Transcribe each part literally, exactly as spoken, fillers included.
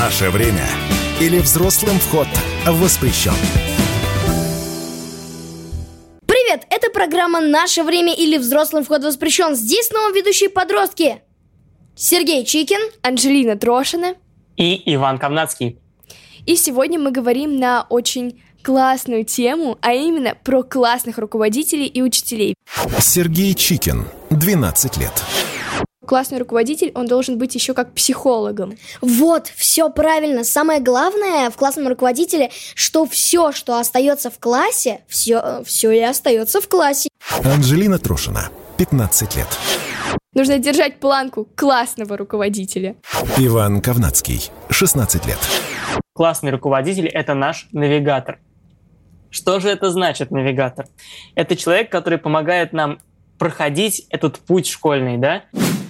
Наше время. Или взрослым вход воспрещен. Привет, это программа «Наше время» или «Взрослым вход воспрещен». Здесь снова ведущие подростки Сергей Чикин, Анжелина Трошина и Иван Ковнацкий. И сегодня мы говорим на очень классную тему, а именно про классных руководителей и учителей. Сергей Чикин, двенадцать лет. Классный руководитель, он должен быть еще как психологом. Вот, все правильно. Самое главное в классном руководителе, что все, что остается в классе, все, все и остается в классе. Анжелина Трошина, пятнадцать лет. Нужно держать планку классного руководителя. Иван Ковнацкий, шестнадцать лет. Классный руководитель – это наш навигатор. Что же это значит, навигатор? Это человек, который помогает нам проходить этот путь школьный, да?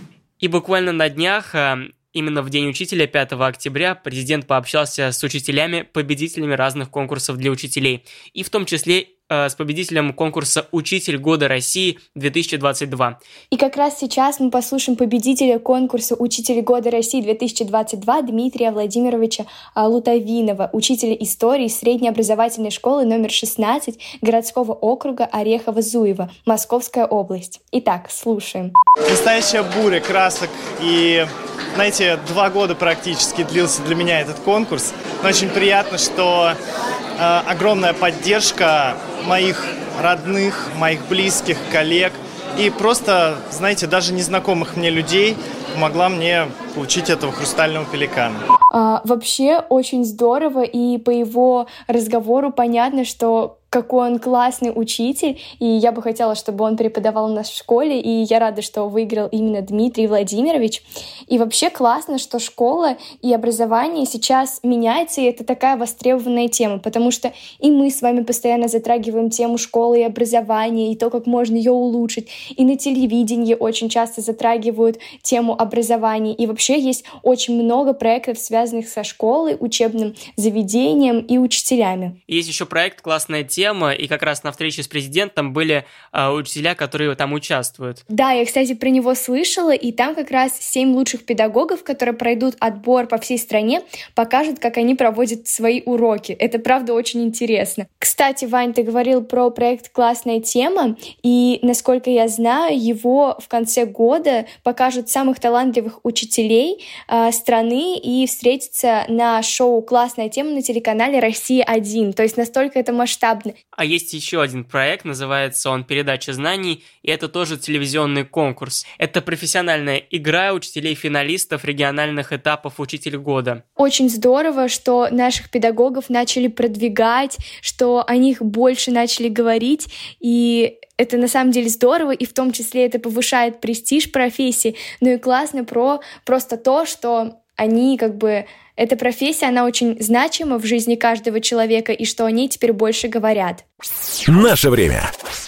И буквально на днях, именно в День учителя, пятого октября, президент пообщался с учителями-победителями разных конкурсов для учителей. И в том числе с победителем конкурса «Учитель года России-две тысячи двадцать два». И как раз сейчас мы послушаем победителя конкурса «Учитель года России-две тысячи двадцать два» Дмитрия Владимировича Лутовинова, учителя истории средней образовательной школы номер шестнадцать городского округа Орехово-Зуево, Московская область. Итак, слушаем. Настоящая буря красок и... Знаете, два года практически длился для меня этот конкурс. Но очень приятно, что э, огромная поддержка моих родных, моих близких, коллег и просто, знаете, даже незнакомых мне людей помогла мне получить этого хрустального пеликана. А, вообще очень здорово, и по его разговору понятно, что какой он классный учитель, и я бы хотела, чтобы он преподавал у нас в школе, и я рада, что выиграл именно Дмитрий Владимирович. И вообще классно, что школа и образование сейчас меняется, и это такая востребованная тема, потому что и мы с вами постоянно затрагиваем тему школы и образования, и то, как можно ее улучшить, и на телевидении очень часто затрагивают тему образования, и вообще есть очень много проектов, связанных со школой, учебным заведением и учителями. Есть еще проект «Классная тема», и как раз на встрече с президентом были э, учителя, которые там участвуют. Да, я, кстати, про него слышала, и там как раз семь лучших педагогов, которые пройдут отбор по всей стране, покажут, как они проводят свои уроки. Это, правда, очень интересно. Кстати, Вань, ты говорил про проект «Классная тема», и, насколько я знаю, его в конце года покажут самых талантливых учителей э, страны и встретятся на шоу «Классная тема» на телеканале «Россия один». То есть настолько это масштабно. А есть еще один проект, называется он «Передача знаний», и это тоже телевизионный конкурс. Это профессиональная игра учителей-финалистов региональных этапов «Учитель года». Очень здорово, что наших педагогов начали продвигать, что о них больше начали говорить, и это на самом деле здорово, и в том числе это повышает престиж профессии. Ну и классно про просто то, что они как бы... Эта профессия, она очень значима в жизни каждого человека, и что о ней теперь больше говорят. Наше время.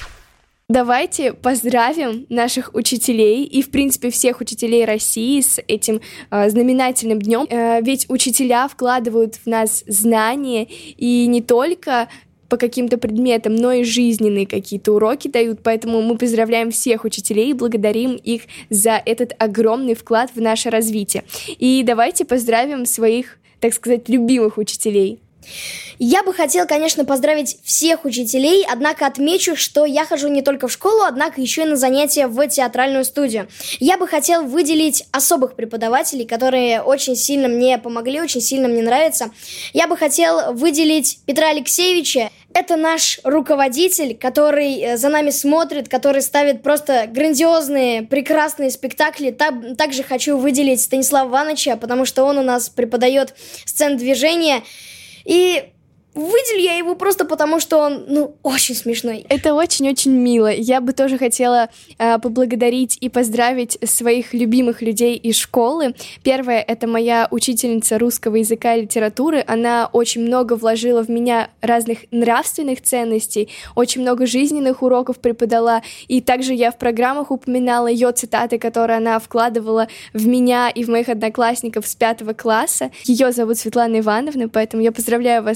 Давайте поздравим наших учителей и, в принципе, всех учителей России с этим э, знаменательным днем. Э, ведь учителя вкладывают в нас знания, и не только по каким-то предметам, но и жизненные какие-то уроки дают, поэтому мы поздравляем всех учителей и благодарим их за этот огромный вклад в наше развитие. И давайте поздравим своих, так сказать, любимых учителей. Я бы хотел, конечно, поздравить всех учителей, однако отмечу, что я хожу не только в школу, однако еще и на занятия в театральную студию. Я бы хотел выделить особых преподавателей, которые очень сильно мне помогли, очень сильно мне нравятся. Я бы хотел выделить Петра Алексеевича. Это наш руководитель, который за нами смотрит, который ставит просто грандиозные, прекрасные спектакли. Также хочу выделить Станислава Ивановича, потому что он у нас преподает сцену движения. И выделю я его просто потому, что он, ну, очень смешной. Это очень-очень мило. Я бы тоже хотела э, поблагодарить и поздравить своих любимых людей из школы. Первая — это моя учительница русского языка и литературы. Она очень много вложила в меня разных нравственных ценностей, очень много жизненных уроков преподала. И также я в программах упоминала ее цитаты, которые она вкладывала в меня и в моих одноклассников с пятого класса. Ее зовут Светлана Ивановна, поэтому я поздравляю вас с этим прекрасным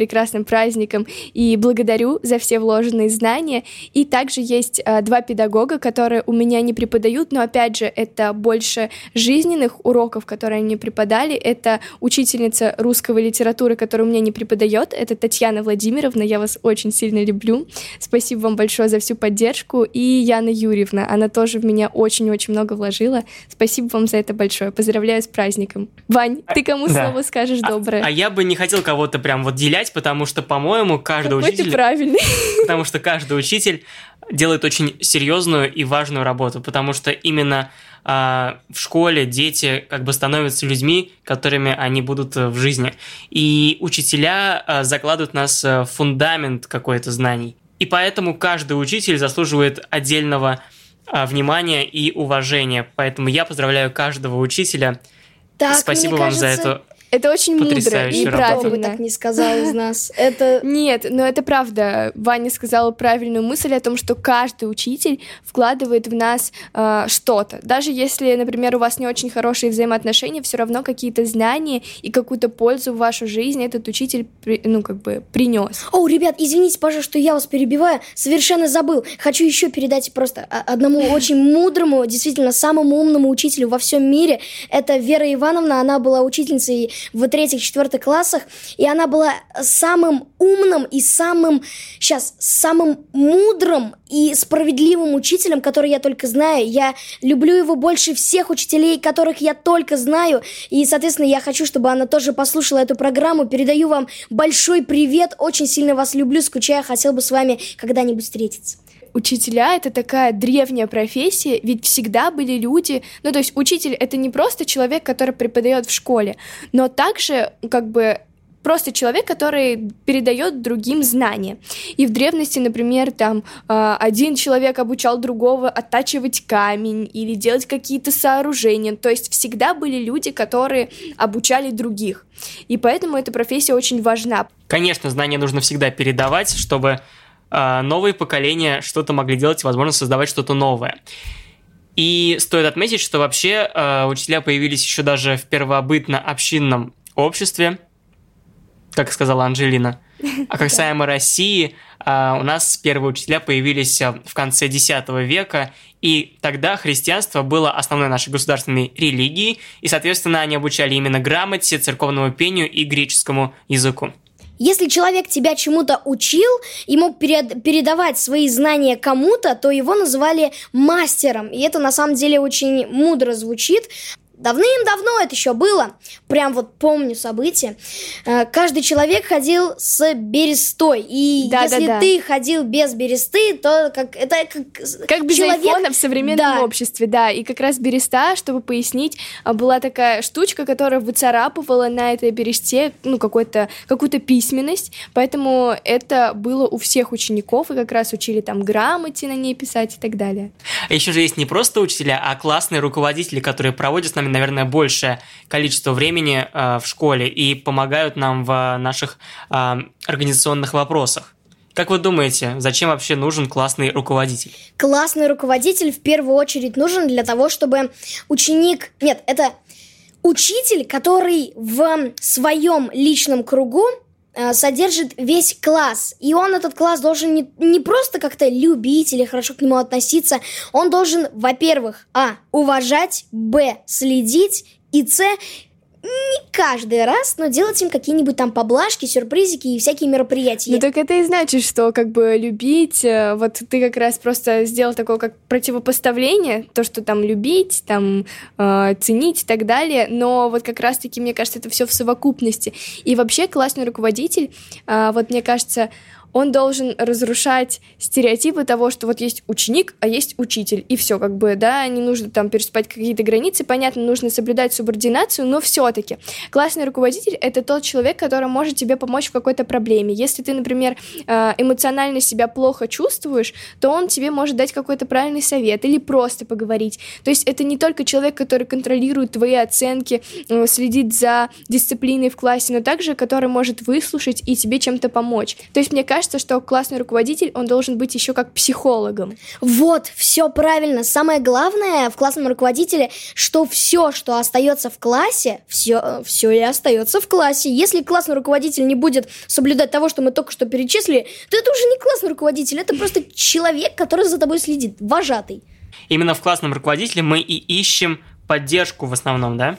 прекрасным праздником и благодарю за все вложенные знания. И также есть а, два педагога, которые у меня не преподают, но, опять же, это больше жизненных уроков, которые они преподали. Это учительница русской литературы, которая у меня не преподает, это Татьяна Владимировна, я вас очень сильно люблю. Спасибо вам большое за всю поддержку. И Яна Юрьевна, она тоже в меня очень-очень много вложила. Спасибо вам за это большое. Поздравляю с праздником. Вань, ты кому да. слово скажешь доброе? А, а я бы не хотел кого-то прям вот делять, потому что, по-моему, каждый Какой учитель... ты правильный. Потому что каждый учитель делает очень серьезную и важную работу, потому что именно а, в школе дети как бы становятся людьми, которыми они будут в жизни. И учителя а, закладывают в нас в фундамент какой-то знаний. И поэтому каждый учитель заслуживает отдельного а, внимания и уважения. Поэтому я поздравляю каждого учителя. Так, Спасибо мне вам кажется, за эту Это очень мудро и потрясающая Никто работа. бы правильно. так не сказал из нас. Это Нет, но это правда. Ваня сказала правильную мысль о том, что каждый учитель вкладывает в нас э, что-то. Даже если, например, у вас не очень хорошие взаимоотношения, все равно какие-то знания и какую-то пользу в вашу жизнь этот учитель, при- ну, как бы, принес. О, ребят, извините, пожалуйста, что я вас перебиваю. Совершенно забыл. Хочу еще передать просто о- одному очень мудрому, действительно самому умному учителю во всем мире. Это Вера Ивановна. Она была учительницей в третьих-четвертых классах, и она была самым умным и самым, сейчас, самым мудрым и справедливым учителем, который я только знаю. Я люблю его больше всех учителей, которых я только знаю, и, соответственно, я хочу, чтобы она тоже послушала эту программу. Передаю вам большой привет, очень сильно вас люблю, скучаю, хотел бы с вами когда-нибудь встретиться. Учителя — это такая древняя профессия, ведь всегда были люди... Ну, то есть учитель — это не просто человек, который преподает в школе, но также, как бы, просто человек, который передает другим знания. И в древности, например, там один человек обучал другого оттачивать камень или делать какие-то сооружения. То есть всегда были люди, которые обучали других. И поэтому эта профессия очень важна. Конечно, знания нужно всегда передавать, чтобы э, новые поколения что-то могли делать, возможно, создавать что-то новое. И стоит отметить, что вообще э, учителя появились еще даже в первобытно-общинном обществе, как сказала Анжелина. А касаемо России, у нас первые учителя появились в конце десятого века, и тогда христианство было основной нашей государственной религией, и, соответственно, они обучали именно грамоте, церковному пению и греческому языку. Если человек тебя чему-то учил и мог перед- передавать свои знания кому-то, то его называли мастером, и это на самом деле очень мудро звучит. Давным-давно это еще было, прям вот помню события. Каждый человек ходил с берестой, и Да, если да, да. ты ходил без бересты, то как это как, Как без человек... айфона в современном Да. обществе, да. И как раз береста, чтобы пояснить, была такая штучка, которая выцарапывала на этой бересте ну, какой-то, какую-то письменность, поэтому это было у всех учеников, и как раз учили там грамоте на ней писать и так далее. А еще же есть не просто учителя, а классные руководители, которые проводят с нами, наверное, большее количество времени э, в школе и помогают нам в наших э, организационных вопросах. Как вы думаете, зачем вообще нужен классный руководитель? Классный руководитель в первую очередь нужен для того, чтобы ученик... Нет, это учитель, который в своем личном кругу э, содержит весь класс. И он этот класс должен не, не просто как-то любить или хорошо к нему относиться. Он должен, во-первых, а. уважать, б. следить, и с. не каждый раз, но делать им какие-нибудь там поблажки, сюрпризики и всякие мероприятия. Ну так это и значит, что как бы любить, э, вот ты как раз просто сделал такое как противопоставление, то, что там любить, там э, ценить и так далее, но вот как раз-таки, мне кажется, это все в совокупности. И вообще классный руководитель, э, вот мне кажется, он должен разрушать стереотипы того, что вот есть ученик, а есть учитель, и все, как бы, да, не нужно там переступать какие-то границы, понятно, нужно соблюдать субординацию, но все-таки классный руководитель — это тот человек, который может тебе помочь в какой-то проблеме. Если ты, например, эмоционально себя плохо чувствуешь, то он тебе может дать какой-то правильный совет или просто поговорить. То есть это не только человек, который контролирует твои оценки, следит за дисциплиной в классе, но также который может выслушать и тебе чем-то помочь. То есть мне кажется, кажется, что классный руководитель, он должен быть еще как психологом. Вот, все правильно. Самое главное в классном руководителе, что все, что остается в классе, все, все и остается в классе. Если классный руководитель не будет соблюдать того, что мы только что перечислили, то это уже не классный руководитель, это просто человек, который за тобой следит, вожатый. Именно в классном руководителе мы и ищем поддержку в основном, да?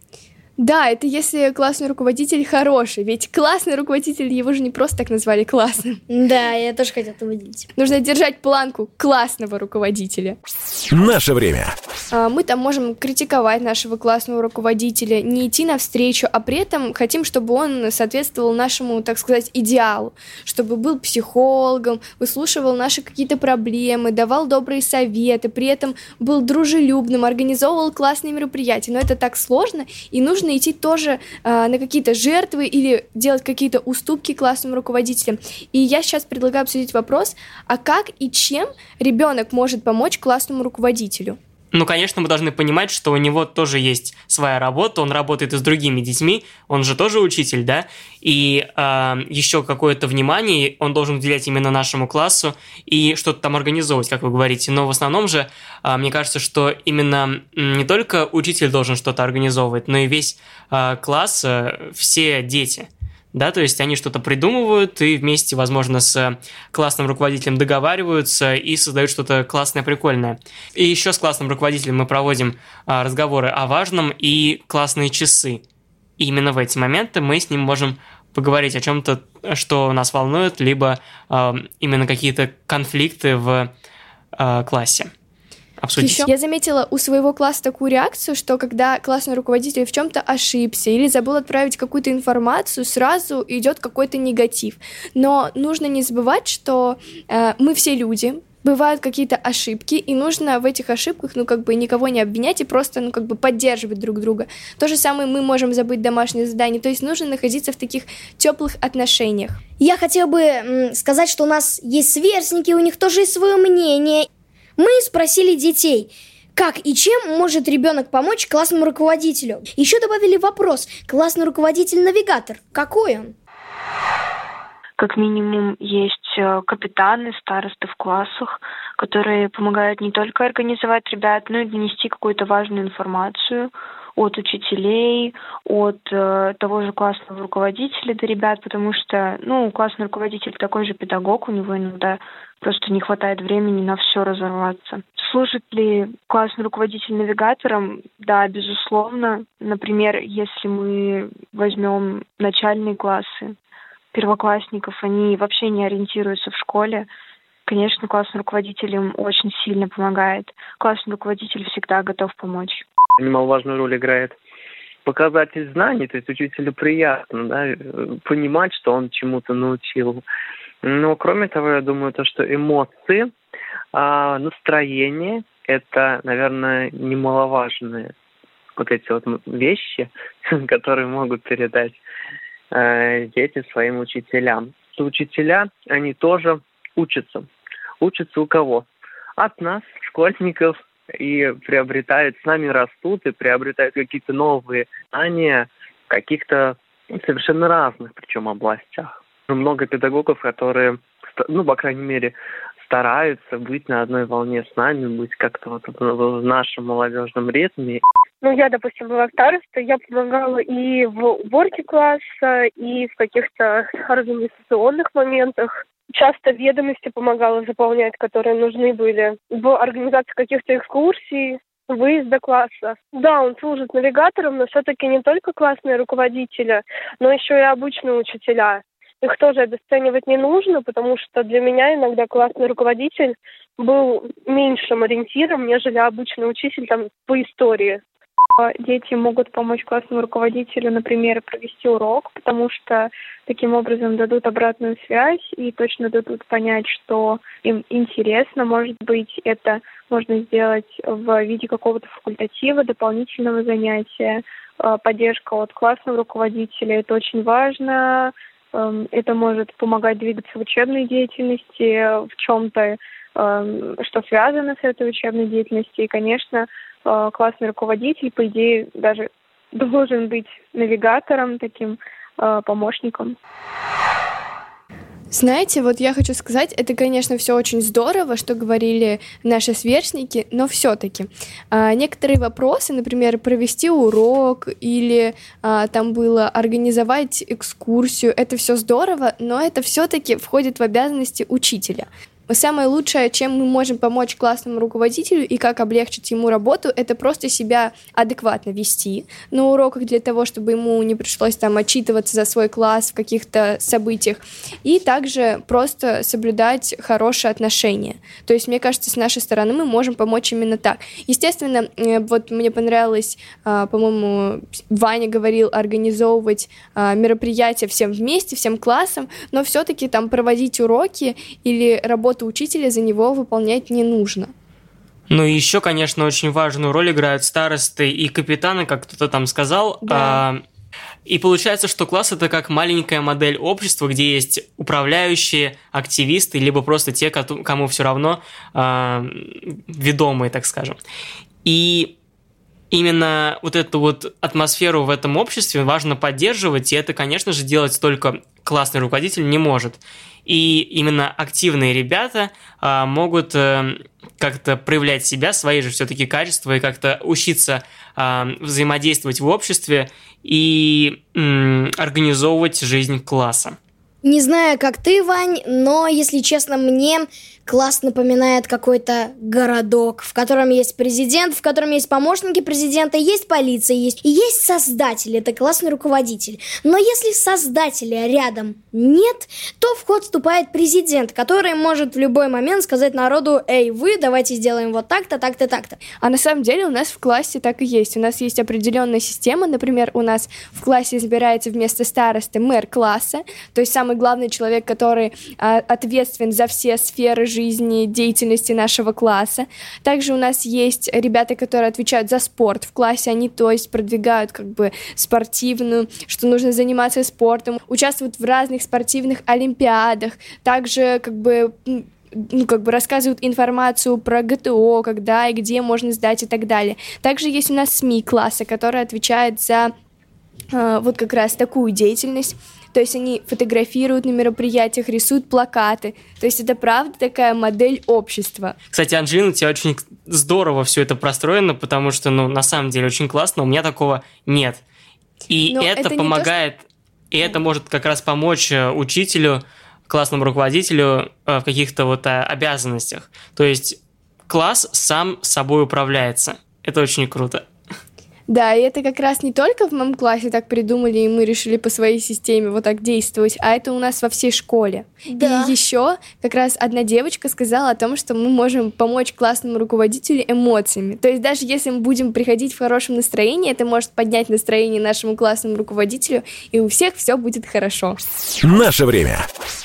Да, это если классный руководитель хороший, ведь классный руководитель, его же не просто так назвали классным. Да, я тоже хотела это выделить. Нужно держать планку классного руководителя. Наше время. Мы там можем критиковать нашего классного руководителя, не идти навстречу, а при этом хотим, чтобы он соответствовал нашему, так сказать, идеалу, чтобы был психологом, выслушивал наши какие-то проблемы, давал добрые советы, при этом был дружелюбным, организовывал классные мероприятия. Но это так сложно, и нужно идти тоже э, на какие-то жертвы или делать какие-то уступки классным руководителям. И я сейчас предлагаю обсудить вопрос, а как и чем ребенок может помочь классному руководителю? Ну, конечно, мы должны понимать, что у него тоже есть своя работа, он работает и с другими детьми, он же тоже учитель, да, и э, еще какое-то внимание он должен уделять именно нашему классу и что-то там организовывать, как вы говорите. Но в основном же, э, мне кажется, что именно не только учитель должен что-то организовывать, но и весь э, класс, э, все дети. Да, то есть они что-то придумывают и вместе, возможно, с классным руководителем договариваются и создают что-то классное, прикольное. И еще с классным руководителем мы проводим а, разговоры о важном и классные часы. И именно в эти моменты мы с ним можем поговорить о чем-то, что нас волнует, либо а, именно какие-то конфликты в а, классе. Обсудить. Еще я заметила у своего класса такую реакцию, что когда классный руководитель в чем-то ошибся или забыл отправить какую-то информацию, сразу идет какой-то негатив. Но нужно не забывать, что э, мы все люди, бывают какие-то ошибки, и нужно в этих ошибках, ну, как бы никого не обвинять и просто, ну, как бы поддерживать друг друга. То же самое мы можем забыть домашнее задание, то есть нужно находиться в таких теплых отношениях. Я хотела бы м, сказать, что у нас есть сверстники, у них тоже есть свое мнение. Мы спросили детей, как и чем может ребенок помочь классному руководителю. Еще добавили вопрос: классный руководитель-навигатор, какой он? Как минимум есть капитаны, старосты в классах, которые помогают не только организовать ребят, но и донести какую-то важную информацию от учителей, от э, того же классного руководителя до ребят, потому что, ну, классный руководитель такой же педагог, у него иногда просто не хватает времени на все разорваться. Служит ли классный руководитель навигатором? Да, безусловно. Например, если мы возьмем начальные классы, первоклассников, они вообще не ориентируются в школе. Конечно, классный руководитель им очень сильно помогает. Классный руководитель всегда готов помочь. Немаловажную роль играет показатель знаний, то есть учителю приятно, да, понимать, что он чему-то научил. Но кроме того, я думаю, то, что эмоции, настроение – это, наверное, немаловажные вот эти вот вещи, которые могут передать дети своим учителям. Что учителя, они тоже учатся. Учатся у кого? От нас, школьников, и приобретают, с нами растут и приобретают какие-то новые знания в каких-то совершенно разных, причем, областях. Много педагогов, которые, ну, по крайней мере, стараются быть на одной волне с нами, быть как-то вот в нашем молодежном ритме. Ну, я, допустим, была старостой, я помогала и в уборке класса, и в каких-то организационных моментах. Часто ведомости помогала заполнять, которые нужны были в организации каких-то экскурсий, выезда класса. Да, он служит навигатором, но все-таки не только классные руководители, но еще и обычные учителя. Их тоже обесценивать не нужно, потому что для меня иногда классный руководитель был меньшим ориентиром, нежели обычный учитель там по истории. Дети могут помочь классному руководителю, например, провести урок, потому что таким образом дадут обратную связь и точно дадут понять, что им интересно. Может быть, это можно сделать в виде какого-то факультатива, дополнительного занятия. Поддержка от классного руководителя – это очень важно. Это может помогать двигаться в учебной деятельности, в чем-то, что связано с этой учебной деятельностью. И, конечно, классный руководитель, по идее, даже должен быть навигатором, таким помощником. Знаете, вот я хочу сказать, это, конечно, все очень здорово, что говорили наши сверстники, но все-таки а, некоторые вопросы, например, провести урок или а, там было организовать экскурсию, это все здорово, но это все-таки входит в обязанности учителя. Самое лучшее, чем мы можем помочь классному руководителю и как облегчить ему работу, это просто себя адекватно вести на уроках для того, чтобы ему не пришлось там отчитываться за свой класс в каких-то событиях, и также просто соблюдать хорошие отношения. То есть, мне кажется, с нашей стороны мы можем помочь именно так. Естественно, вот мне понравилось, по-моему, Ваня говорил организовывать мероприятия всем вместе, всем классом, но все-таки там проводить уроки или работать учителя за него выполнять не нужно. Ну и еще, конечно, очень важную роль играют старосты и капитаны, как кто-то там сказал. Да. А, и получается, что класс – это как маленькая модель общества, где есть управляющие, активисты, либо просто те, кому все равно, а, ведомые, так скажем. И именно вот эту вот атмосферу в этом обществе важно поддерживать, и это, конечно же, делать только классный руководитель не может. И именно активные ребята а, могут а, как-то проявлять себя, свои же все-таки качества, и как-то учиться а, взаимодействовать в обществе и м, организовывать жизнь класса. Не знаю, как ты, Вань, но, если честно, мне класс напоминает какой-то городок, в котором есть президент, в котором есть помощники президента, есть полиция, есть и есть создатель, это классный руководитель. Но если создателя рядом нет, то в ход вступает президент, который может в любой момент сказать народу: «Эй, вы, давайте сделаем вот так-то, так-то, так-то». А на самом деле у нас в классе так и есть. У нас есть определенная система, например, у нас в классе избирается вместо старосты мэр класса, то есть самый главный человек, который а, ответственен за все сферы жизни, деятельности нашего класса. Также у нас есть ребята, которые отвечают за спорт в классе, они, то есть, продвигают как бы спортивную, что нужно заниматься спортом, участвуют в разных спортивных олимпиадах, также как бы ну, как бы рассказывают информацию про ГТО, когда и где можно сдать и так далее. Также есть у нас СМИ класса, который отвечает за э, вот как раз такую деятельность. То есть они фотографируют на мероприятиях, рисуют плакаты. То есть это правда такая модель общества. Кстати, Анжелина, у тебя очень здорово все это простроено, потому что, ну, на самом деле очень классно, у меня такого нет. И это, это помогает, то, что... и это может как раз помочь учителю, классному руководителю в каких-то вот обязанностях. То есть класс сам собой управляется. Это очень круто. Да, и это как раз не только в моем классе так придумали, и мы решили по своей системе вот так действовать, а это у нас во всей школе. Да. И еще как раз одна девочка сказала о том, что мы можем помочь классному руководителю эмоциями. То есть даже если мы будем приходить в хорошем настроении, это может поднять настроение нашему классному руководителю, и у всех все будет хорошо. Наше время.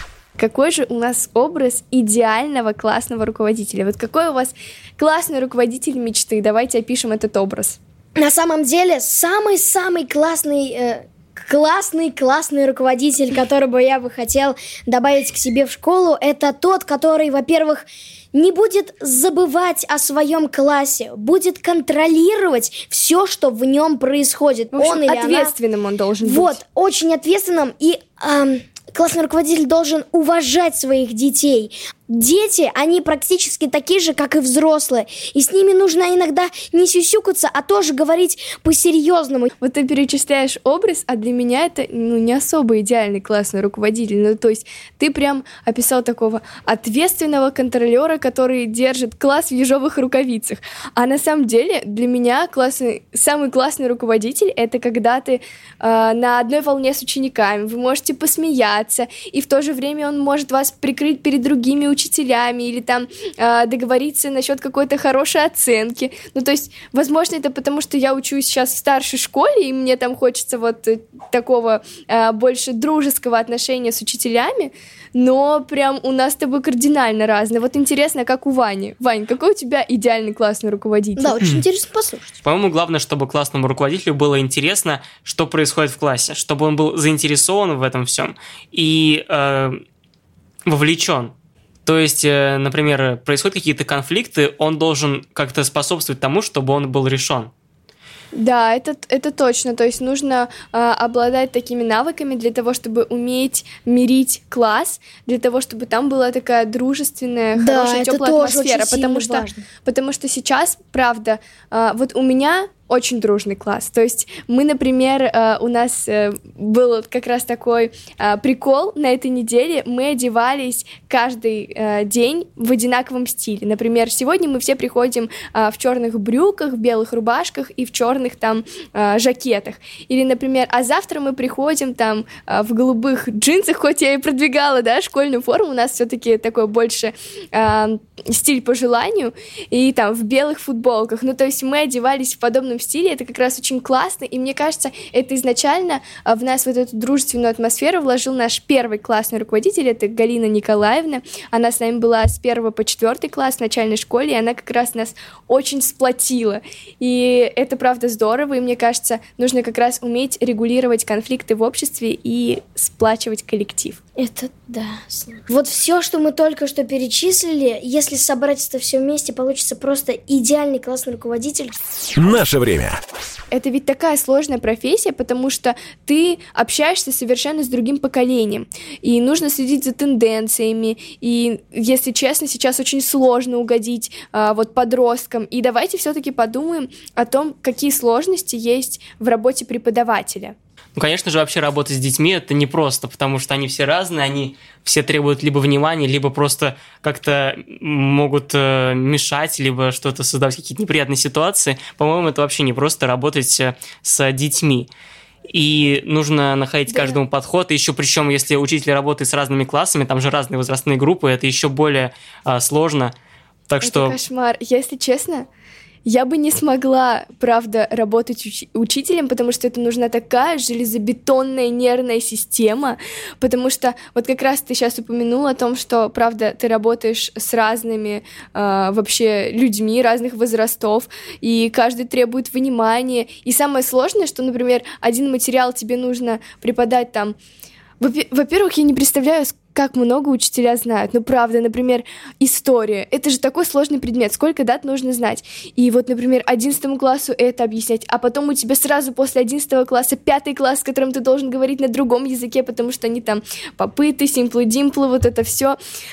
Какой же у нас образ идеального классного руководителя? Вот какой у вас классный руководитель мечты? Давайте опишем этот образ. На самом деле, самый-самый классный, э, классный, классный руководитель, которого я бы хотел добавить к себе в школу, это тот, который, во-первых, не будет забывать о своем классе, будет контролировать все, что в нем происходит. В общем, он или ответственным она, он должен быть. Вот, очень ответственным, и э, классный руководитель должен уважать своих детей. Дети, они практически такие же, как и взрослые. И с ними нужно иногда не сюсюкаться, а тоже говорить по-серьезному. Вот ты перечисляешь образ, а для меня это ну, не особо идеальный классный руководитель. Ну, то есть ты прям описал такого ответственного контролера, который держит класс в ежовых рукавицах. А на самом деле для меня классный, самый классный руководитель — это когда ты э, на одной волне с учениками, вы можете посмеяться, и в то же время он может вас прикрыть перед другими учениками, учителями или там э, договориться насчет какой-то хорошей оценки. Ну, то есть, возможно, это потому, что я учусь сейчас в старшей школе, и мне там хочется вот такого э, больше дружеского отношения с учителями, но прям у нас с тобой кардинально разное. Вот интересно, как у Вани. Вань, какой у тебя идеальный классный руководитель? Да, очень интересно послушать. По-моему, главное, чтобы классному руководителю было интересно, что происходит в классе, чтобы он был заинтересован в этом всем и э, вовлечен. То есть, например, происходят какие-то конфликты, он должен как-то способствовать тому, чтобы он был решен. Да, это, это точно. То есть нужно э, обладать такими навыками для того, чтобы уметь мирить класс, для того, чтобы там была такая дружественная, да, хорошая, это теплая тоже атмосфера. очень Потому что, важно. потому что сейчас, правда, э, вот у меня очень дружный класс. То есть мы, например, э, у нас э, был как раз такой э, прикол на этой неделе. Мы одевались каждый э, день в одинаковом стиле. Например, сегодня мы все приходим э, в черных брюках, в белых рубашках и в черных там э, жакетах. Или, например, а завтра мы приходим там э, в голубых джинсах, хоть я и продвигала, да, школьную форму, у нас все-таки такой больше э, стиль по желанию, и там в белых футболках. Ну, то есть мы одевались в подобном стиле, это как раз очень классно, и мне кажется, это изначально в нас вот эту дружественную атмосферу вложил наш первый классный руководитель, это Галина Николаевна. Она с нами была с первого по четвертый класс в начальной школе, и она как раз нас очень сплотила. И это правда здорово, и мне кажется, нужно как раз уметь регулировать конфликты в обществе и сплачивать коллектив. Это да. Вот все, что мы только что перечислили, если собрать это все вместе, получится просто идеальный классный руководитель. Наше время. Это ведь такая сложная профессия, потому что ты общаешься совершенно с другим поколением, и нужно следить за тенденциями, и, если честно, сейчас очень сложно угодить а, вот подросткам, и давайте все-таки подумаем о том, какие сложности есть в работе преподавателя. Ну, конечно же, вообще работать с детьми – это непросто, потому что они все разные, они все требуют либо внимания, либо просто как-то могут э, мешать, либо что-то создавать, какие-то неприятные ситуации. По-моему, это вообще непросто работать с детьми. И нужно находить Да. каждому подход. И еще причем, если учитель работает с разными классами, там же разные возрастные группы, это еще более э, сложно. Так Это что... кошмар. Если честно, я бы не смогла, правда, работать уч- учителем, потому что это нужна такая железобетонная нервная система, потому что вот как раз ты сейчас упомянула о том, что, правда, ты работаешь с разными э, вообще людьми разных возрастов, и каждый требует внимания. И самое сложное, что, например, один материал тебе нужно преподать там. Во-первых, я не представляю, как много учителя знают. Ну, правда, например, история. Это же такой сложный предмет. Сколько дат нужно знать? И вот, например, одиннадцатому классу это объяснять, а потом у тебя сразу после одиннадцатого класса пятый класс, с которым ты должен говорить на другом языке, потому что они там попыты, симплы-димплы, вот это все.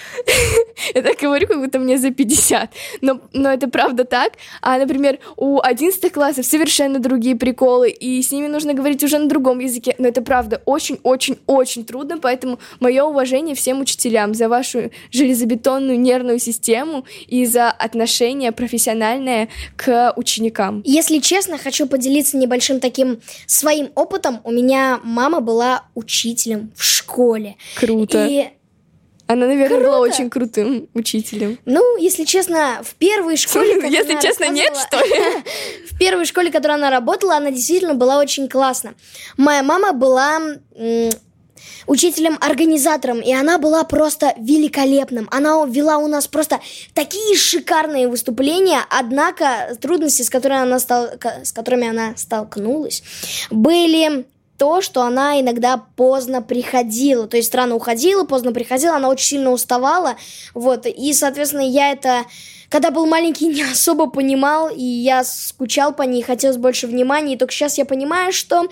Я так говорю, как будто мне за пятьдесят. Но, но это правда так. А, например, у одиннадцатых классов совершенно другие приколы, и с ними нужно говорить уже на другом языке. Но это правда очень-очень-очень трудно, поэтому мое уважение всем учителям за вашу железобетонную нервную систему и за отношение профессиональное к ученикам. Если честно, хочу поделиться небольшим таким своим опытом. У меня мама была учителем в школе. Круто. И Она, наверное, Круто. была очень крутым учителем. Ну, если честно, в первой школе... как Если она честно, нет, рассказывала- что ли? В первой школе, в которой она работала, она действительно была очень классна. Моя мама была м, учителем-организатором, и она была просто великолепным. Она вела у нас просто такие шикарные выступления, однако трудности, с которыми она, стал, с которыми она столкнулась, были... то, что она иногда поздно приходила, то есть рано уходила, поздно приходила, она очень сильно уставала, вот, и, соответственно, я это, когда был маленький, не особо понимал, и я скучал по ней, хотелось больше внимания, и только сейчас я понимаю, что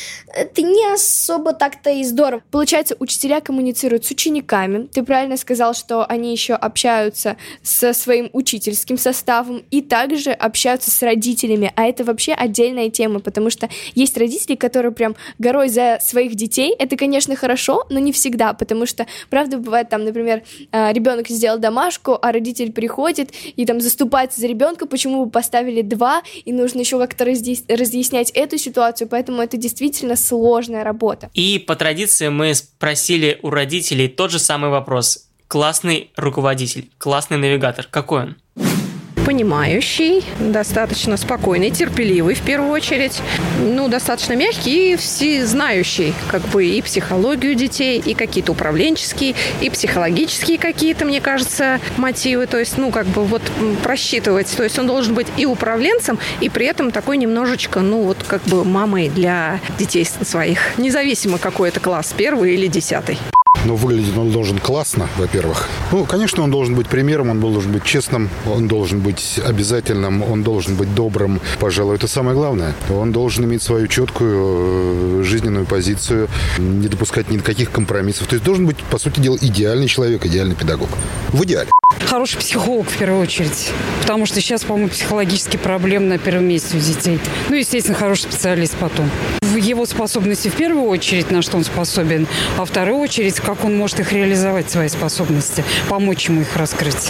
это не особо так-то и здорово. Получается, учителя коммуницируют с учениками. Ты правильно сказал, что они еще общаются со своим учительским составом и также общаются с родителями. А это вообще отдельная тема, потому что есть родители, которые прям горой за своих детей. Это, конечно, хорошо, но не всегда, потому что, правда, бывает там, например, ребенок сделал домашку, а родитель приходит и там заступается за ребенка, почему вы поставили два, и нужно еще как-то разъяснять эту ситуацию, поэтому это действительно сложная работа. И по традиции мы спросили у родителей тот же самый вопрос. Классный руководитель, классный навигатор. Какой он? Понимающий, достаточно спокойный, терпеливый в первую очередь, ну, достаточно мягкий и всезнающий, как бы и психологию детей, и какие-то управленческие, и психологические какие-то, мне кажется, мотивы, то есть, ну, как бы вот просчитывать, то есть он должен быть и управленцем, и при этом такой немножечко, ну, вот как бы мамой для детей своих, независимо какой это класс, первый или десятый. Но выглядеть он должен классно, во-первых. Ну, конечно, он должен быть примером, он должен быть честным, он должен быть обязательным, он должен быть добрым. Пожалуй, это самое главное. Он должен иметь свою четкую жизненную позицию, не допускать никаких компромиссов. То есть должен быть, по сути дела, идеальный человек, идеальный педагог. В идеале. Хороший психолог, в первую очередь. Потому что сейчас, по-моему, психологические проблемы на первом месте у детей. Ну, естественно, хороший специалист потом. В его способности в первую очередь, на что он способен, а в вторую очередь, как он может их реализовать, свои способности, помочь ему их раскрыть.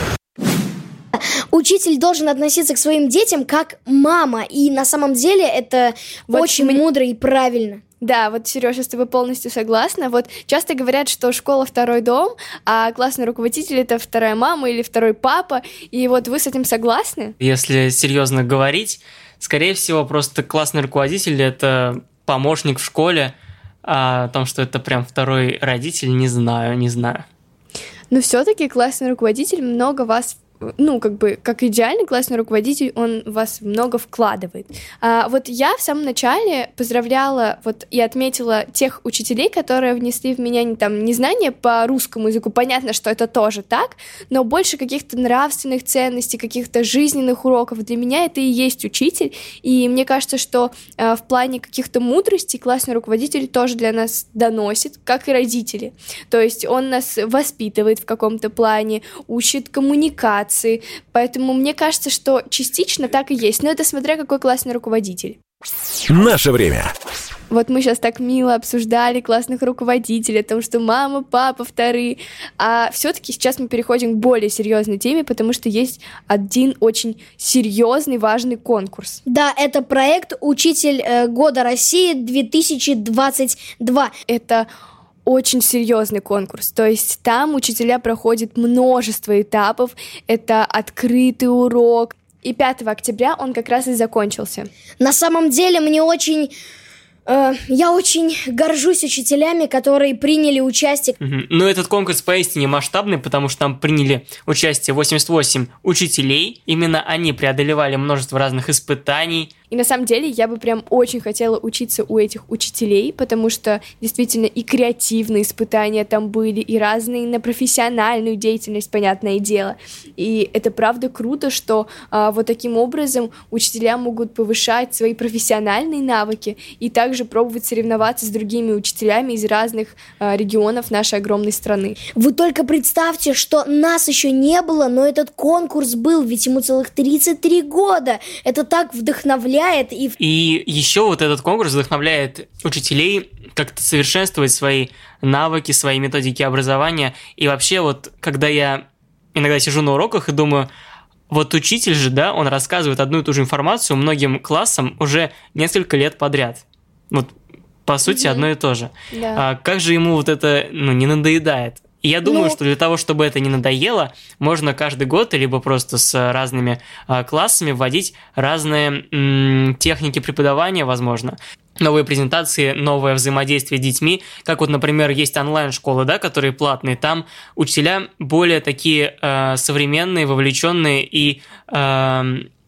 Учитель должен относиться к своим детям как мама, и на самом деле это вот очень мы... мудро и правильно. Да, вот, Серёж, я с тобой полностью согласна. Вот часто говорят, что школа — второй дом, а классный руководитель — это вторая мама или второй папа. И вот вы с этим согласны? Если серьезно говорить, скорее всего, просто классный руководитель — это помощник в школе, а о том, что это прям второй родитель, не знаю, не знаю. Но все-таки классный руководитель много вас, ну, как бы, как идеальный классный руководитель, он в вас много вкладывает. А вот я в самом начале поздравляла вот и отметила тех учителей, которые внесли в меня там незнание по русскому языку. Понятно, что это тоже так, но больше каких-то нравственных ценностей, каких-то жизненных уроков. Для меня это и есть учитель, и мне кажется, что а, в плане каких-то мудростей классный руководитель тоже для нас доносит, как и родители. То есть он нас воспитывает в каком-то плане, учит коммуникации. Поэтому мне кажется, что частично так и есть. Но это смотря какой классный руководитель. Наше время. Вот мы сейчас так мило обсуждали классных руководителей, о том, что мама, папа вторые. А все-таки сейчас мы переходим к более серьезной теме, потому что есть один очень серьезный, важный конкурс. Да, это проект «Учитель года России две тысячи двадцать два». Это очень серьезный конкурс, то есть там учителя проходят множество этапов, это открытый урок, и пятого октября он как раз и закончился. На самом деле мне очень... Э, я очень горжусь учителями, которые приняли участие. Угу. Но этот конкурс поистине масштабный, потому что там приняли участие восемьдесят восемь учителей. Именно они преодолевали множество разных испытаний. И на самом деле я бы прям очень хотела учиться у этих учителей, потому что действительно и креативные испытания там были, и разные на профессиональную деятельность, понятное дело. И это правда круто, что а, вот таким образом учителя могут повышать свои профессиональные навыки и также пробовать соревноваться с другими учителями из разных а, регионов нашей огромной страны. Вы только представьте, что нас еще не было, но этот конкурс был, ведь ему целых тридцать три года. Это так вдохновляет. И... и еще вот этот конкурс вдохновляет учителей как-то совершенствовать свои навыки, свои методики образования. И вообще вот, когда я иногда сижу на уроках и думаю, вот учитель же, да, он рассказывает одну и ту же информацию многим классам уже несколько лет подряд. Вот, по сути, mm-hmm. одно и то же. Yeah. А как же ему вот это, ну, не надоедает? И я думаю, ну... что для того, чтобы это не надоело, можно каждый год либо просто с разными а, классами вводить разные м- техники преподавания, возможно. Новые презентации, новое взаимодействие с детьми. Как вот, например, есть онлайн-школы, да, которые платные. Там учителя более такие э, современные, вовлеченные, и э,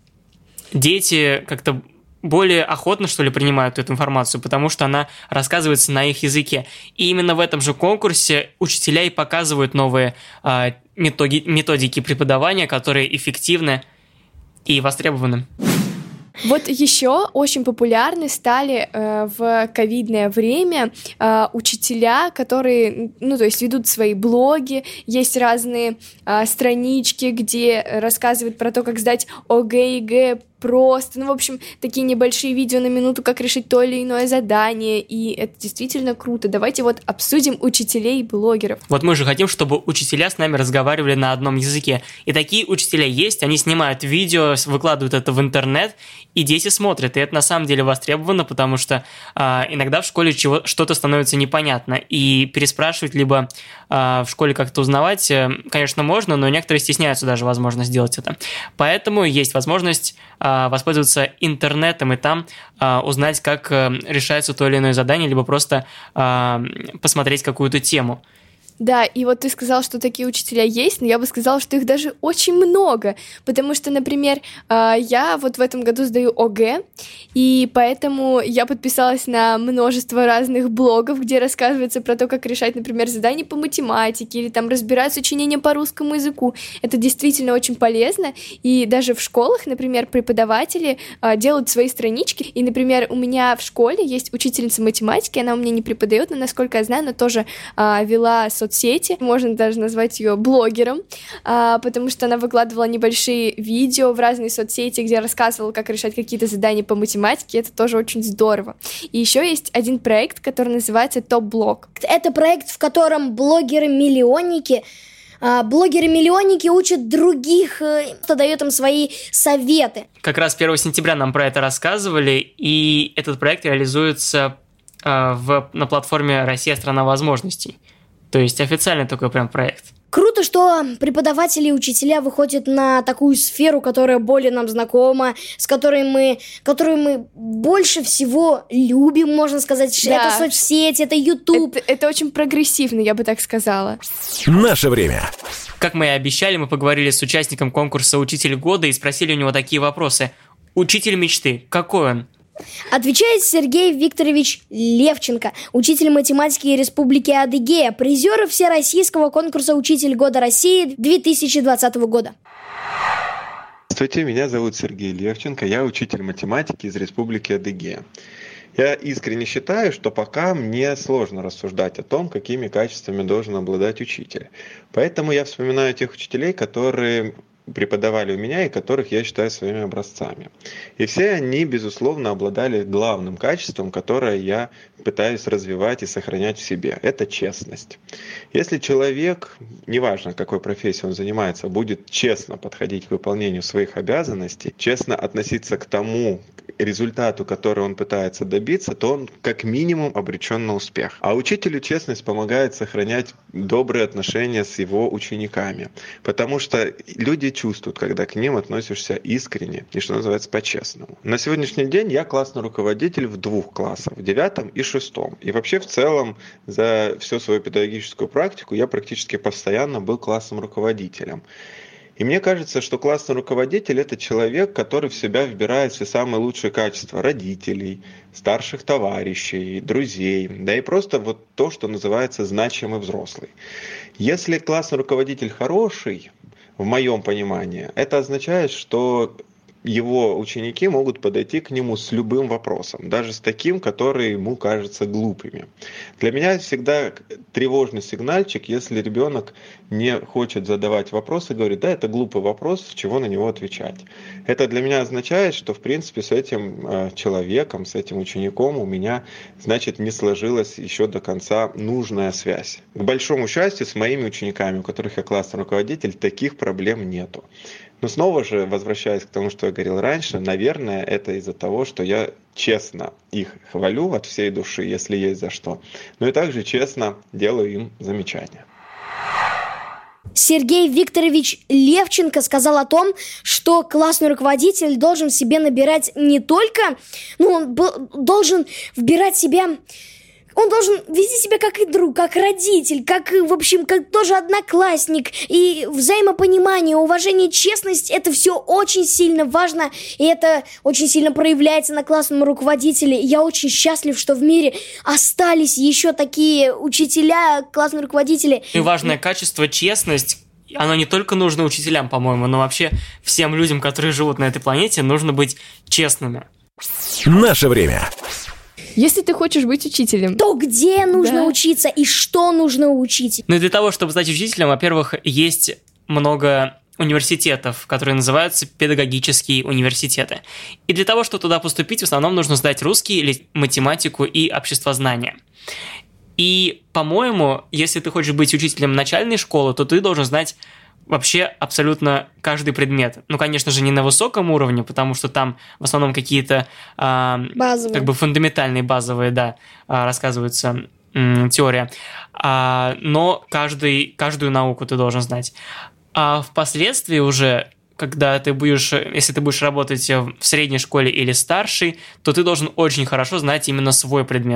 дети как-то более охотно, что ли, принимают эту информацию, потому что она рассказывается на их языке. И именно в этом же конкурсе учителя и показывают новые э, методи- методики преподавания, которые эффективны и востребованы. Вот еще очень популярны стали э, в ковидное время э, учителя, которые, ну, то есть ведут свои блоги, есть разные э, странички, где рассказывают про то, как сдать ОГЭ, ЕГЭ просто, ну, в общем, такие небольшие видео на минуту, как решить то или иное задание, и это действительно круто. Давайте вот обсудим учителей и блогеров. Вот мы же хотим, чтобы учителя с нами разговаривали на одном языке, и такие учителя есть, они снимают видео, выкладывают это в интернет, и дети смотрят, и это на самом деле востребовано, потому что а, иногда в школе чего, что-то становится непонятно, и переспрашивать, либо а, в школе как-то узнавать, конечно, можно, но некоторые стесняются даже, возможно, сделать это. Поэтому есть возможность а, воспользоваться интернетом и там а, узнать, как а, решается то или иное задание, либо просто а, посмотреть какую-то тему. Да, и вот ты сказал, что такие учителя есть, но я бы сказала, что их даже очень много, потому что, например, я вот в этом году сдаю ОГЭ, и поэтому я подписалась на множество разных блогов, где рассказывается про то, как решать, например, задания по математике или там разбирать сочинения по русскому языку. Это действительно очень полезно, и даже в школах, например, преподаватели делают свои странички, и, например, у меня в школе есть учительница математики, она у меня не преподает, но, насколько я знаю, она тоже вела соцсети, можно даже назвать ее блогером, а, потому что она выкладывала небольшие видео в разные соцсети, где рассказывала, как решать какие-то задания по математике, это тоже очень здорово. И еще есть один проект, который называется Топ-блог. Это проект, в котором блогеры-миллионники Блогеры-миллионники учат других, кто дает им свои советы. Как раз первого сентября нам про это рассказывали, и этот проект реализуется э, в, на платформе «Россия – страна возможностей». То есть официальный такой прям проект. Круто, что преподаватели и учителя выходят на такую сферу, которая более нам знакома, с которой мы, которую мы больше всего любим, можно сказать. Да. Это соцсети, это YouTube. Это, это очень прогрессивно, я бы так сказала. Наше время. Как мы и обещали, мы поговорили с участником конкурса «Учитель года» и спросили у него такие вопросы. Учитель мечты, какой он? Отвечает Сергей Викторович Левченко, учитель математики Республики Адыгея, призер всероссийского конкурса «Учитель года России» две тысячи двадцатого года. Здравствуйте, меня зовут Сергей Левченко, я учитель математики из Республики Адыгея. Я искренне считаю, что пока мне сложно рассуждать о том, какими качествами должен обладать учитель. Поэтому я вспоминаю тех учителей, которые преподавали у меня и которых я считаю своими образцами. И все они, безусловно, обладали главным качеством, которое я пытаюсь развивать и сохранять в себе. Это честность. Если человек, неважно какой профессией он занимается, будет честно подходить к выполнению своих обязанностей, честно относиться к тому результату, который он пытается добиться, то он как минимум обречен на успех. А учителю честность помогает сохранять добрые отношения с его учениками. Потому что люди чувствуют, когда к ним относишься искренне и, что называется, по-честному. На сегодняшний день я классный руководитель в двух классах, в девятом и шестом. И вообще в целом за всю свою педагогическую практику я практически постоянно был классным руководителем. И мне кажется, что классный руководитель – это человек, который в себя вбирает все самые лучшие качества родителей, старших товарищей, друзей, да и просто вот то, что называется значимый взрослый. Если классный руководитель хороший, в моем понимании, это означает, что его ученики могут подойти к нему с любым вопросом, даже с таким, который ему кажется глупыми. Для меня всегда тревожный сигнальчик, если ребенок не хочет задавать вопросы, говорит, да, это глупый вопрос, с чего на него отвечать. Это для меня означает, что, в принципе, с этим человеком, с этим учеником у меня, значит, не сложилась еще до конца нужная связь. К большому счастью, с моими учениками, у которых я классный руководитель, таких проблем нету. Но снова же, возвращаясь к тому, что я говорил раньше, наверное, это из-за того, что я честно их хвалю от всей души, если есть за что, но и также честно делаю им замечания. Сергей Викторович Левченко сказал о том, что классный руководитель должен в себе набирать не только, ну, он должен вбирать в себя... Он должен вести себя как и друг, как родитель, как, в общем, как тоже одноклассник. И взаимопонимание, уважение, честность – это все очень сильно важно. И это очень сильно проявляется на классном руководителе. И я очень счастлив, что в мире остались еще такие учителя, классные руководители. И важное качество – честность. Оно не только нужно учителям, по-моему, но вообще всем людям, которые живут на этой планете, нужно быть честными. Наше время. Если ты хочешь быть учителем, то где нужно да. учиться и что нужно учить? Ну и для того, чтобы стать учителем, во-первых, есть много университетов, которые называются педагогические университеты. И для того, чтобы туда поступить, в основном нужно сдать русский, или математику и обществознание. И, по-моему, если ты хочешь быть учителем начальной школы, то ты должен знать вообще абсолютно каждый предмет. Ну, конечно же, не на высоком уровне, потому что там в основном какие-то э, как бы фундаментальные, базовые, да, э, рассказываются э, теория. А, но каждый, каждую науку ты должен знать. А впоследствии уже, когда ты будешь, если ты будешь работать в средней школе или старшей, то ты должен очень хорошо знать именно свой предмет.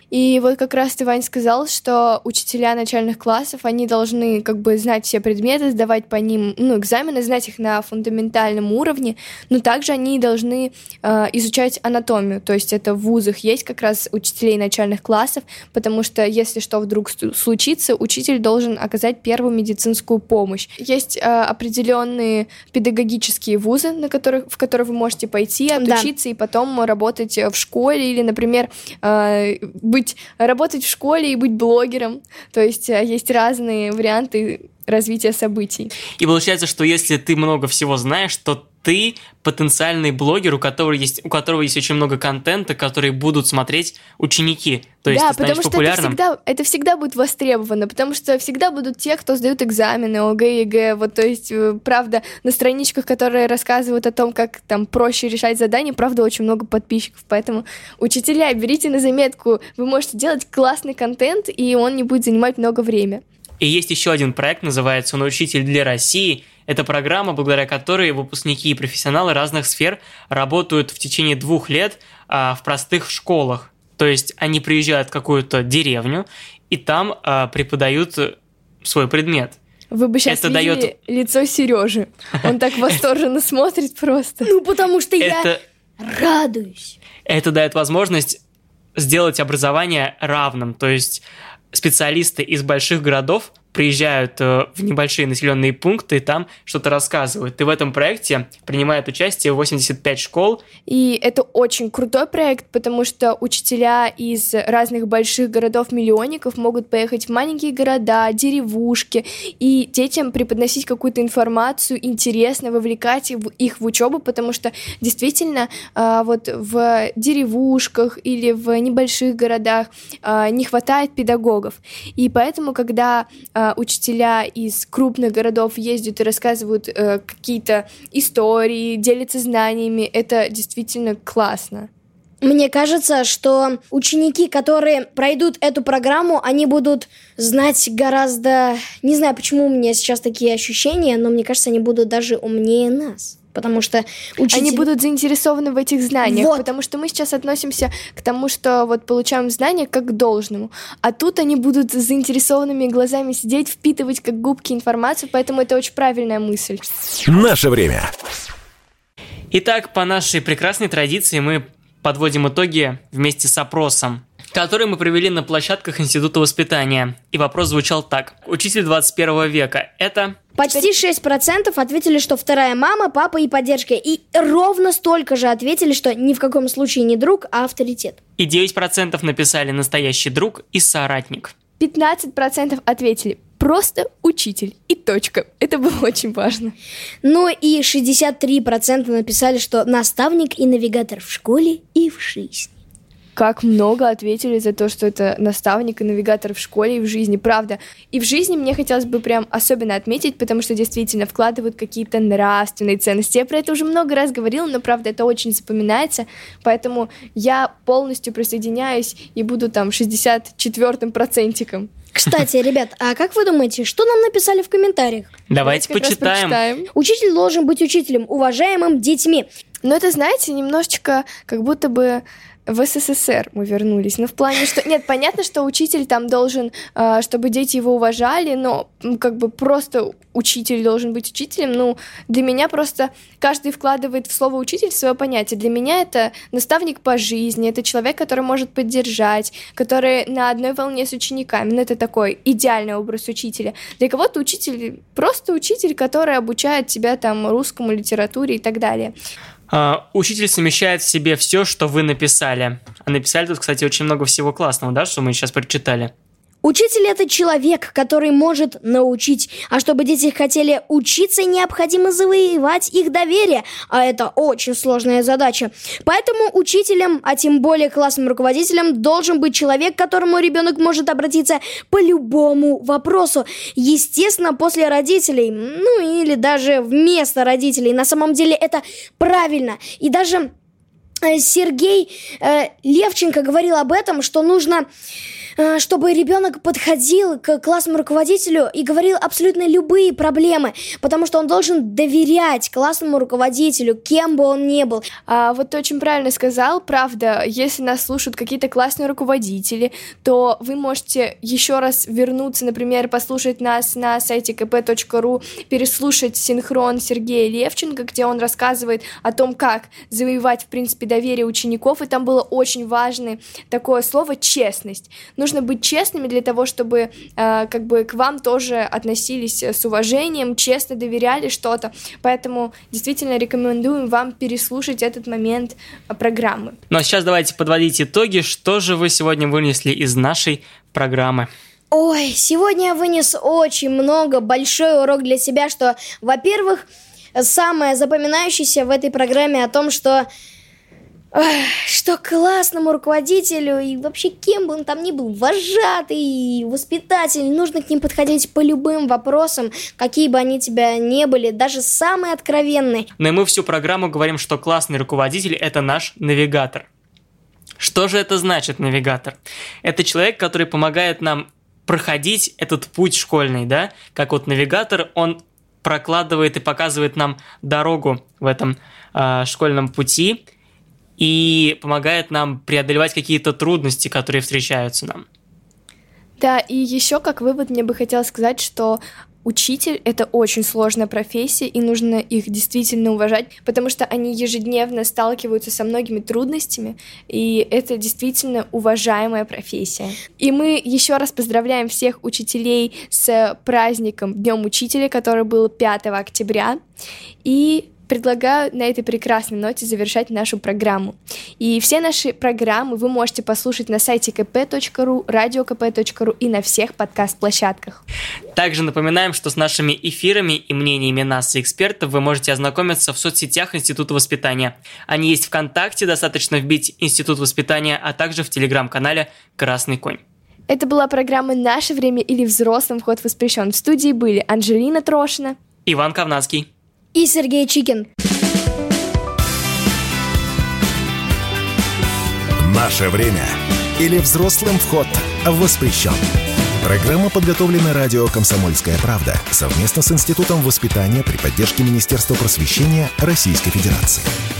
И вот как раз ты, Вань, сказал, что учителя начальных классов, они должны как бы знать все предметы, сдавать по ним, ну, экзамены, знать их на фундаментальном уровне, но также они должны э, изучать анатомию, то есть это в вузах есть как раз учителей начальных классов, потому что если что вдруг случится, учитель должен оказать первую медицинскую помощь. Есть э, определенные педагогические вузы, на которых, в которые вы можете пойти, отучиться, да, и потом работать в школе или, например, э, быть, работать в школе и быть блогером. То есть есть разные варианты развития событий. И получается, что если ты много всего знаешь, то ты потенциальный блогер, у которого есть, у которого есть очень много контента, который будут смотреть ученики. То есть да, ты станешь потому что популярным. Это всегда, это всегда будет востребовано, потому что всегда будут те, кто сдают экзамены, ОГЭ, ЕГЭ. Вот, то есть, правда, на страничках, которые рассказывают о том, как там проще решать задания, правда, очень много подписчиков. Поэтому, учителя, берите на заметку, вы можете делать классный контент, и он не будет занимать много времени. И есть еще один проект, называется он «Учитель для России». Это программа, благодаря которой выпускники и профессионалы разных сфер работают в течение двух лет а, в простых школах. То есть они приезжают в какую-то деревню и там а, преподают свой предмет. Вы бы сейчас это видели дает... лицо Сережи. Он так восторженно смотрит просто. Ну, потому что я это... радуюсь. Это дает возможность сделать образование равным. То есть специалисты из больших городов приезжают в небольшие населенные пункты и там что-то рассказывают. И в этом проекте принимает участие восемьдесят пять школ. И это очень крутой проект, потому что учителя из разных больших городов-миллионников могут поехать в маленькие города, деревушки, и детям преподносить какую-то информацию, интересно вовлекать их в учебу, потому что действительно вот в деревушках или в небольших городах не хватает педагогов. И поэтому, когда учителя из крупных городов ездят и рассказывают э, какие-то истории, делятся знаниями, это действительно классно. Мне кажется, что ученики, которые пройдут эту программу, они будут знать гораздо... Не знаю, почему у меня сейчас такие ощущения, но мне кажется, они будут даже умнее нас. Потому что учитель... Они будут заинтересованы в этих знаниях, вот. Потому что мы сейчас относимся к тому, что вот получаем знания как к должному, а тут они будут с заинтересованными глазами сидеть, впитывать как губки информацию, поэтому это очень правильная мысль. Наше время. Итак, по нашей прекрасной традиции мы подводим итоги вместе с опросом, который мы провели на площадках Института воспитания. И вопрос звучал так. Учитель двадцать первого века – это... Почти шесть процентов ответили, что вторая мама, папа и поддержка. И ровно столько же ответили, что ни в каком случае не друг, а авторитет. И девять процентов написали «настоящий друг» и «соратник». пятнадцать процентов ответили «просто учитель» и точка. Это было очень важно. Ну и шестьдесят три процента написали, что наставник и навигатор в школе и в жизни. Как много ответили за то, что это наставник и навигатор в школе и в жизни, правда. И в жизни мне хотелось бы прям особенно отметить, потому что действительно вкладывают какие-то нравственные ценности. Я про это уже много раз говорила, но правда это очень запоминается, поэтому я полностью присоединяюсь и буду там шестьдесят четвёртым процентиком. Кстати, ребят, а как вы думаете, что нам написали в комментариях? Давайте, Давайте почитаем. почитаем. Учитель должен быть учителем, уважаемым детьми. Но это, знаете, немножечко как будто бы в СССР мы вернулись. Ну, в плане, что... Нет, понятно, что учитель там должен, э, чтобы дети его уважали, но как бы просто учитель должен быть учителем. Ну, для меня просто каждый вкладывает в слово «учитель» свое понятие. Для меня это наставник по жизни, это человек, который может поддержать, который на одной волне с учениками. Ну, это такой идеальный образ учителя. Для кого-то учитель просто учитель, который обучает тебя там русскому, литературе и так далее. Uh, учитель совмещает в себе все, что вы написали. А написали тут, кстати, очень много всего классного, да, что мы сейчас прочитали. Учитель – это человек, который может научить. А чтобы дети хотели учиться, необходимо завоевать их доверие. А это очень сложная задача. Поэтому учителем, а тем более классным руководителем, должен быть человек, к которому ребенок может обратиться по любому вопросу. Естественно, после родителей, ну или даже вместо родителей. На самом деле это правильно. И даже Сергей э, Левченко говорил об этом, что нужно чтобы ребенок подходил к классному руководителю и говорил абсолютно любые проблемы, потому что он должен доверять классному руководителю, кем бы он ни был. А, вот ты очень правильно сказал, правда, если нас слушают какие-то классные руководители, то вы можете еще раз вернуться, например, послушать нас на сайте ка пэ точка ру, переслушать синхрон Сергея Левченко, где он рассказывает о том, как завоевать, в принципе, доверие учеников, и там было очень важное такое слово «честность». Нужно быть честными для того, чтобы э, как бы к вам тоже относились с уважением, честно доверяли что-то. Поэтому действительно рекомендуем вам переслушать этот момент программы. Ну а сейчас давайте подводить итоги. Что же вы сегодня вынесли из нашей программы? Ой, сегодня я вынес очень много, большой урок для себя, что, во-первых, самое запоминающееся в этой программе о том, что... что классному руководителю и вообще кем бы он там ни был, вожатый, воспитатель, нужно к ним подходить по любым вопросам, какие бы они тебя ни были, даже самые откровенные. Но и мы всю программу говорим, что классный руководитель – это наш навигатор. Что же это значит, навигатор? Это человек, который помогает нам проходить этот путь школьный, да? Как вот навигатор, он прокладывает и показывает нам дорогу в этом э, школьном пути, и помогает нам преодолевать какие-то трудности, которые встречаются нам. Да, и еще как вывод мне бы хотелось сказать, что учитель — это очень сложная профессия, и нужно их действительно уважать, потому что они ежедневно сталкиваются со многими трудностями, и это действительно уважаемая профессия. И мы еще раз поздравляем всех учителей с праздником Днем Учителя, который был пятого октября, и предлагаю на этой прекрасной ноте завершать нашу программу. И все наши программы вы можете послушать на сайте ка пэ точка ру, радио ка пэ точка ру и на всех подкаст-площадках. Также напоминаем, что с нашими эфирами и мнениями нас и экспертов вы можете ознакомиться в соцсетях Института воспитания. Они есть ВКонтакте, достаточно вбить Институт воспитания, а также в телеграм-канале «Красный конь». Это была программа «Наше время» или «Взрослым вход воспрещен». В студии были Анжелина Трошина, Иван Ковнацкий и Сергей Чикин. Наше время или взрослым вход воспрещен. Программа подготовлена радио «Комсомольская правда» совместно с Институтом воспитания при поддержке Министерства просвещения Российской Федерации.